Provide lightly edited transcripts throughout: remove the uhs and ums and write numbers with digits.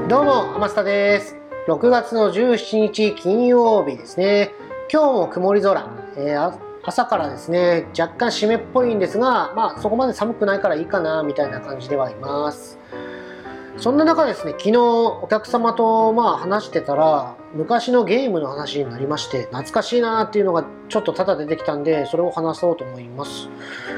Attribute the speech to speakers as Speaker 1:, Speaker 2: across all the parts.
Speaker 1: どうも、天下です。6月の17日金曜日ですね。今日も曇り空。朝からですね、若干湿っぽいんですが、そこまで寒くないからいいかな、みたいな感じではいます。そんな中ですね、昨日お客様と話してたら、昔のゲームの話になりまして、懐かしいなっていうのがちょっと多々出てきたんで、それを話そうと思います。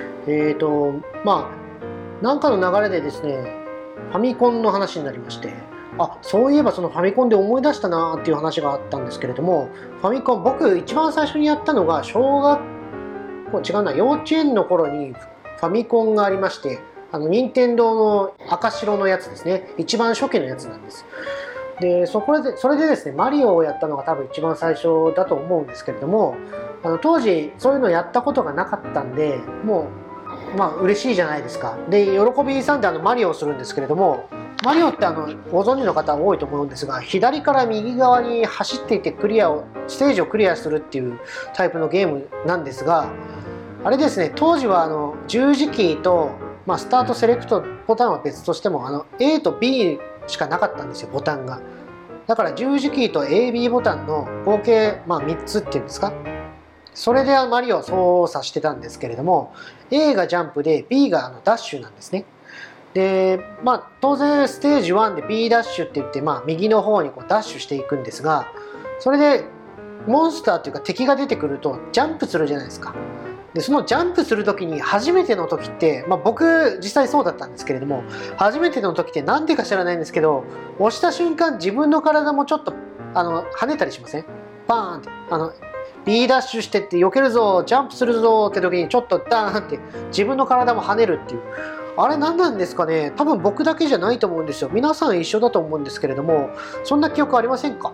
Speaker 1: なんかの流れでですね、ファミコンの話になりまして、そういえばそのファミコンで思い出したなっていう話があったんですけれども、ファミコン、僕一番最初にやったのが幼稚園の頃にファミコンがありまして、任天堂の赤白のやつですね、一番初期のやつなんです。で、それでですね、マリオをやったのが多分一番最初だと思うんですけれども、当時そういうのやったことがなかったんで、もう嬉しいじゃないですか。で、喜びさんでマリオをするんですけれども、マリオってご存知の方多いと思うんですが、左から右側に走っていってステージをクリアするっていうタイプのゲームなんですが、あれですね、当時は十字キーと、スタートセレクトボタンは別としてもA と B しかなかったんですよ、ボタンが。だから十字キーと AB ボタンの合計、3つっていうんですか、それでマリオを操作してたんですけれども、 A がジャンプで B がダッシュなんですね。で、当然ステージ1で B ダッシュって言って、右の方にダッシュしていくんですが、それでモンスターっていうか敵が出てくるとジャンプするじゃないですか。で、そのジャンプする時に初めての時って、僕実際そうだったんですけれども、初めての時ってなんでか知らないんですけど、押した瞬間自分の体もちょっと跳ねたりしません？バーンってB ダッシュしてって避けるぞ、ジャンプするぞって時にちょっとダーンって自分の体も跳ねるっていう、あれ何なんですかね。多分僕だけじゃないと思うんですよ。皆さん一緒だと思うんですけれども、そんな記憶ありませんか？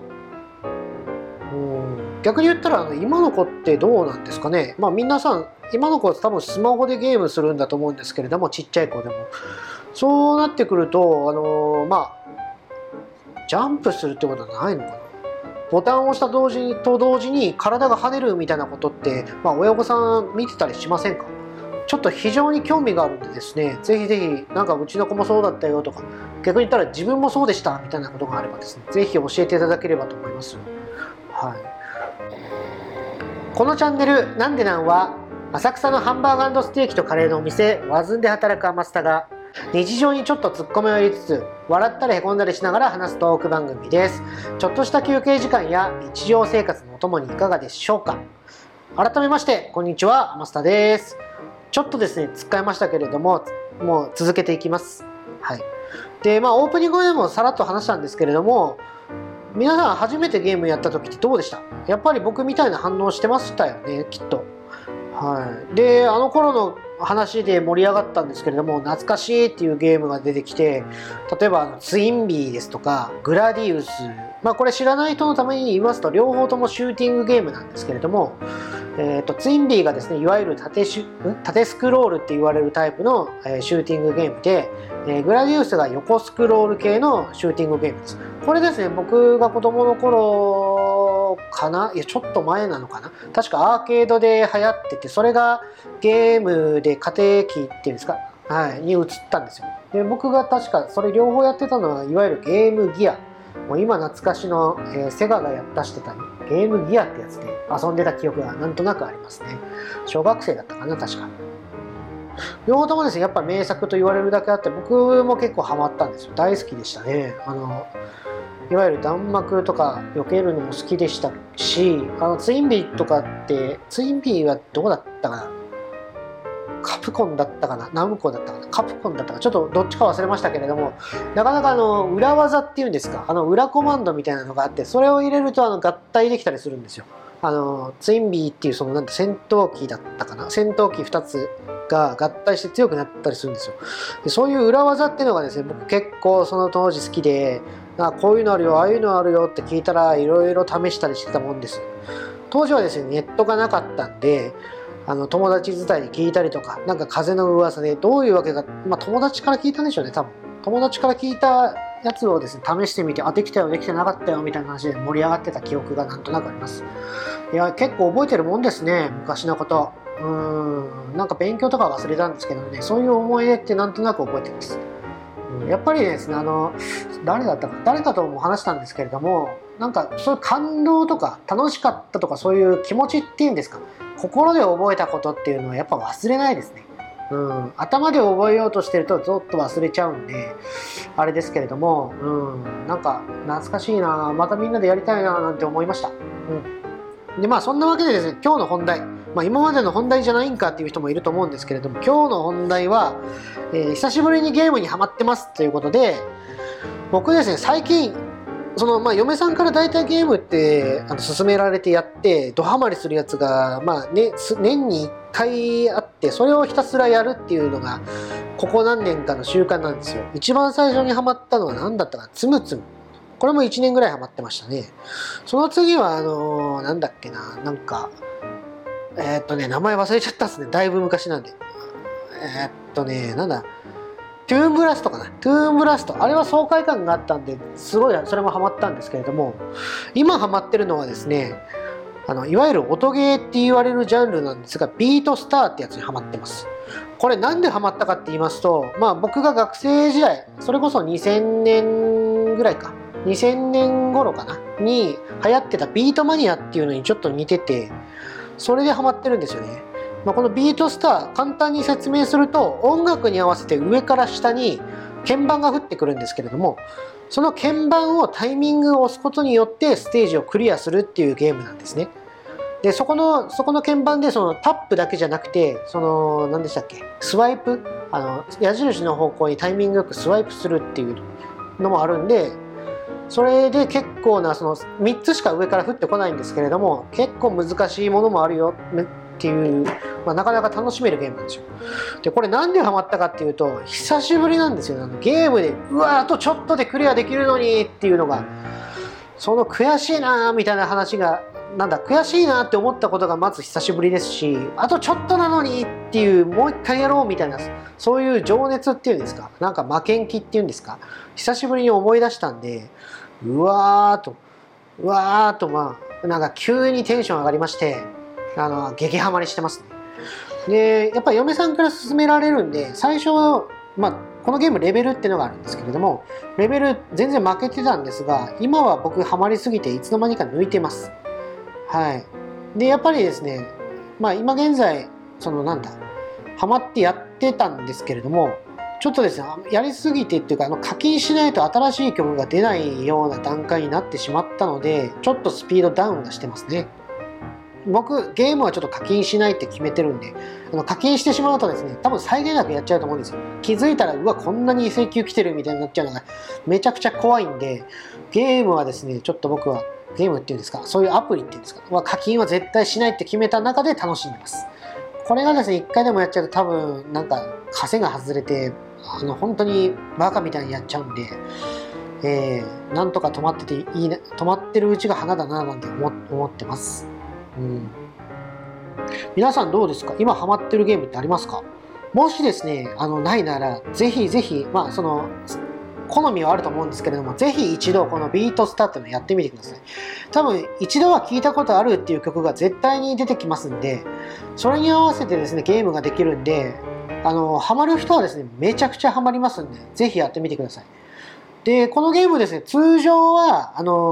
Speaker 1: 逆に言ったら今の子ってどうなんですかね。皆さん今の子は多分スマホでゲームするんだと思うんですけれども、ちっちゃい子でもそうなってくるとジャンプするってことはないのかな。ボタンを押した同時に体が跳ねるみたいなことって、親御さん見てたりしませんか？ちょっと非常に興味があるんでですね、ぜひぜひ、なんかうちの子もそうだったよとか、逆に言ったら自分もそうでしたみたいなことがあればですね、ぜひ教えていただければと思います。はい。このチャンネルなんでなんは、浅草のハンバーガー&ステーキとカレーのお店、ワズンで働く天スタが、日常にちょっとツッコミを入れつつ、笑ったりへこんだりしながら話すトーク番組です。ちょっとした休憩時間や日常生活のお供にいかがでしょうか。改めまして、こんにちは、天スタです。ちょっとですね、突っかえましたけれども、もう続けていきます。はい。で、オープニングでもさらっと話したんですけれども、皆さん初めてゲームやった時ってどうでした？やっぱり僕みたいな反応してましたよね、きっと。はい。で、あの頃の話で盛り上がったんですけれども、懐かしいっていうゲームが出てきて、例えばツインビーですとかグラディウス、これ知らない人のために言いますと、両方ともシューティングゲームなんですけれども、ツインビーがですね、いわゆる縦スクロールって言われるタイプの、シューティングゲームで、グラディウスが横スクロール系のシューティングゲームです。これですね、僕が子供の頃かな、いやちょっと前なのかな、確かアーケードで流行ってて、それがゲームで家庭機っていうんですか、に移ったんですよ。で、僕が確かそれ両方やってたのは、いわゆるゲームギア、もう今懐かしの、セガが出してたゲームギアってやつで遊んでた記憶がなんとなくありますね。小学生だったかな、確か。両方ともですね、やっぱ名作と言われるだけあって、僕も結構ハマったんですよ。大好きでしたね。いわゆる弾幕とか避けるのも好きでしたし、ツインビーとかって、ツインビーはどこだったかな、カプコンだったかな、ナムコだったかな、カプコンだったか、ちょっとどっちか忘れましたけれども、なかなか裏技っていうんですか、裏コマンドみたいなのがあって、それを入れると合体できたりするんですよ。ツインビーっていう戦闘機だったかな、戦闘機2つが合体して強くなったりするんですよ。で、そういう裏技っていうのがですね、僕結構その当時好きで、こういうのあるよ、ああいうのあるよって聞いたらいろいろ試したりしてたもんです。当時はですね、ネットがなかったんで、友達伝いに聞いたりとか、なんか風の噂でどういうわけか、友達から聞いたんでしょうね、多分。友達から聞いたやつをですね、試してみて、できたよ、できてなかったよみたいな話で盛り上がってた記憶がなんとなくあります。いや、結構覚えてるもんですね、昔のこと。なんか勉強とか忘れたんですけどね、そういう思い出ってなんとなく覚えてます。 やっぱりですね、誰かとも話したんですけれども、なんかそういう感動とか楽しかったとかそういう気持ちっていうんですか、心で覚えたことっていうのはやっぱ忘れないですね。頭で覚えようとしてるとずっと忘れちゃうんであれですけれども、なんか懐かしいな、またみんなでやりたいななんて思いました。でそんなわけでですね、今日の本題、今までの本題じゃないんかっていう人もいると思うんですけれども、今日の本題は、久しぶりにゲームにハマってますということで、僕ですね、最近嫁さんから大体ゲームって勧められてやってドハマりするやつが、年に1回あって、それをひたすらやるっていうのがここ何年かの習慣なんですよ。一番最初にハマったのは何だったか、つむつむ。これも1年ぐらいハマってましたね。その次はなんだっけな、なんか名前忘れちゃったっすね。だいぶ昔なんで。なんだ、トゥーンブラストかな。トゥーンブラスト。あれは爽快感があったんで、すごいそれもハマったんですけれども、今ハマってるのはですね、いわゆる音ゲーって言われるジャンルなんですが、ビートスターってやつにハマってます。これなんでハマったかって言いますと、僕が学生時代、それこそ2000年ぐらいか。2000年頃かなに流行ってたビートマニアっていうのにちょっと似てて、それでハマってるんですよね。このビートスター、簡単に説明すると、音楽に合わせて上から下に鍵盤が降ってくるんですけれども、その鍵盤をタイミングを押すことによってステージをクリアするっていうゲームなんですね。でそこの鍵盤でそのタップだけじゃなくて、何でしたっけ、スワイプ、矢印の方向にタイミングよくスワイプするっていうのもあるんで、それで結構な3つしか上から降ってこないんですけれども、結構難しいものもあるよっていう、なかなか楽しめるゲームなんですよ。でこれなんでハマったかっていうと、久しぶりなんですよ。ゲームであとちょっとでクリアできるのにっていうのが、その悔しいなみたいな話が、悔しいなって思ったことがまず久しぶりですし、あとちょっとなのにっていう、もう一回やろうみたいな、そういう情熱っていうんですか、負けん気っていうんですか、久しぶりに思い出したんで、うわーっと急にテンション上がりまして、激ハマりしてますね。でやっぱり嫁さんから勧められるんで、最初このゲームレベルっていうのがあるんですけれども、レベル全然負けてたんですが、今は僕ハマりすぎていつの間にか抜いてます。でやっぱりですね、今現在ハマってやってたんですけれども、ちょっとですね、やりすぎてっていうか、課金しないと新しい曲が出ないような段階になってしまったので、ちょっとスピードダウンがしてますね。僕ゲームはちょっと課金しないって決めてるんで、課金してしまうとですね、多分際限なくやっちゃうと思うんですよ。気づいたらこんなに請求来てるみたいになっちゃうのがめちゃくちゃ怖いんで、ゲームはですね、ちょっと僕はゲームっていうんですか、そういうアプリっていうんですか、課金は絶対しないって決めた中で楽しんでます。これがですね、1回でもやっちゃうと多分枷が外れて、本当にバカみたいにやっちゃうんで、なんとか止まってていいね、止まってるうちが花だななんて思ってます。皆さんどうですか？今ハマってるゲームってありますか？もしですね、ないならぜひぜひ、好みはあると思うんですけれども、ぜひ一度このビートスターっていうのをやってみてください。多分一度は聞いたことあるっていう曲が絶対に出てきますんで、それに合わせてですねゲームができるんで、ハマる人はですねめちゃくちゃハマりますんで、ぜひやってみてください。でこのゲームですね、通常は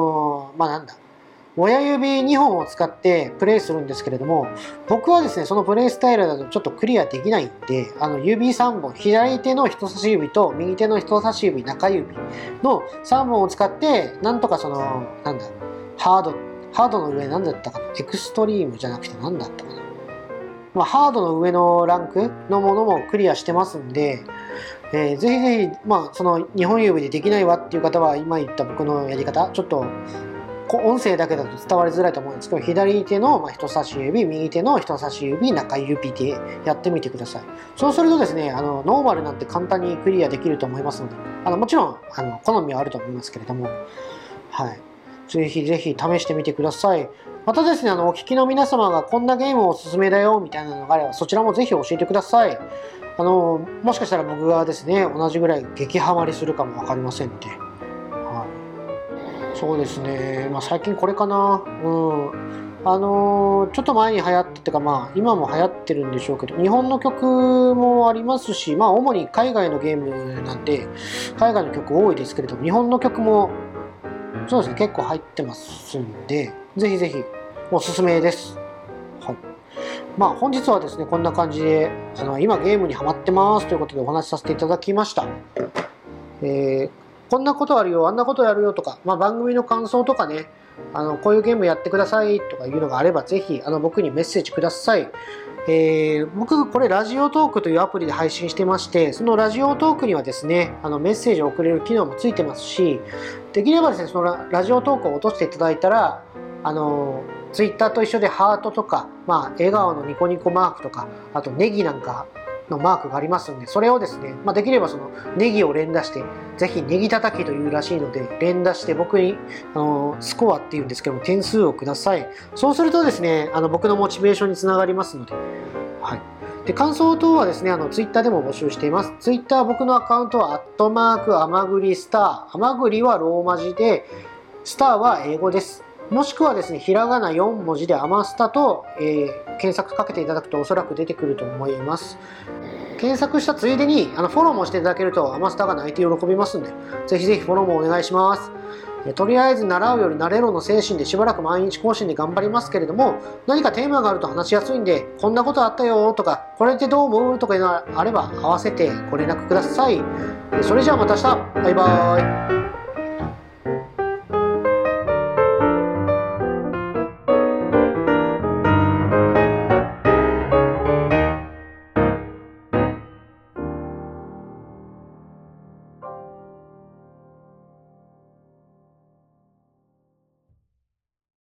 Speaker 1: 親指2本を使ってプレイするんですけれども、僕はですねそのプレイスタイルだとちょっとクリアできないんで、指3本、左手の人差し指と右手の人差し指、中指の3本を使って、なんとかハードの上何だったかな、エクストリームじゃなくて何だったかな、ハードの上のランクのものもクリアしてますんで、ぜひぜひ、その2本指でできないわっていう方は、今言った僕のやり方、ちょっと音声だけだと伝わりづらいと思うんですけど、左手の人差し指、右手の人差し指、中指でやってみてください。そうするとですね、ノーマルなんて簡単にクリアできると思いますので、もちろん好みはあると思いますけれども、ぜひぜひ試してみてください。またですね、お聞きの皆様がこんなゲームおすすめだよみたいなのがあれば、そちらもぜひ教えてください。もしかしたら僕がですね、同じぐらい激ハマりするかも分かりませんので。そうですね、最近これかな。 ちょっと前に流行ったっていうか、まあ今も流行ってるんでしょうけど、日本の曲もありますし、まあ主に海外のゲームなんで海外の曲多いですけれども、日本の曲もそうですね、結構入ってますんで、ぜひぜひおすすめです。はい。まあ本日はですね、こんな感じで今ゲームにハマってますということでお話しさせていただきました。こんなことあるよ、あんなことやるよとか、まあ、番組の感想とかね、こういうゲームやってくださいとかいうのがあれば、ぜひ僕にメッセージください。僕、これラジオトークというアプリで配信してまして、そのラジオトークにはですね、メッセージを送れる機能もついてますし、できればですね、そのラジオトークを落としていただいたら、ツイッターと一緒でハートとか、まあ、笑顔のニコニコマークとか、あとネギなんかのマークがありますんで、それをですね、まあ、できればそのネギを連打して、ぜひネギ叩きというらしいので、連打して僕にスコアっていうんですけども、点数をください。そうするとですね、僕のモチベーションにつながりますので、はい。で、感想等はですね、ツイッターでも募集しています。ツイッター僕のアカウントは、アマグリスター。アマグリはローマ字で、スターは英語です。もしくはですね、ひらがな4文字でアマスタと、検索かけていただくとおそらく出てくると思います。検索したついでにフォローもしていただけるとアマスタが泣いて喜びますんで、ぜひぜひフォローもお願いします。とりあえず習うより慣れろの精神でしばらく毎日更新で頑張りますけれども、何かテーマがあると話しやすいんで、こんなことあったよとか、これってどう思うとかいうのがあれば合わせてご連絡ください。それじゃあまた明日。バイバーイ。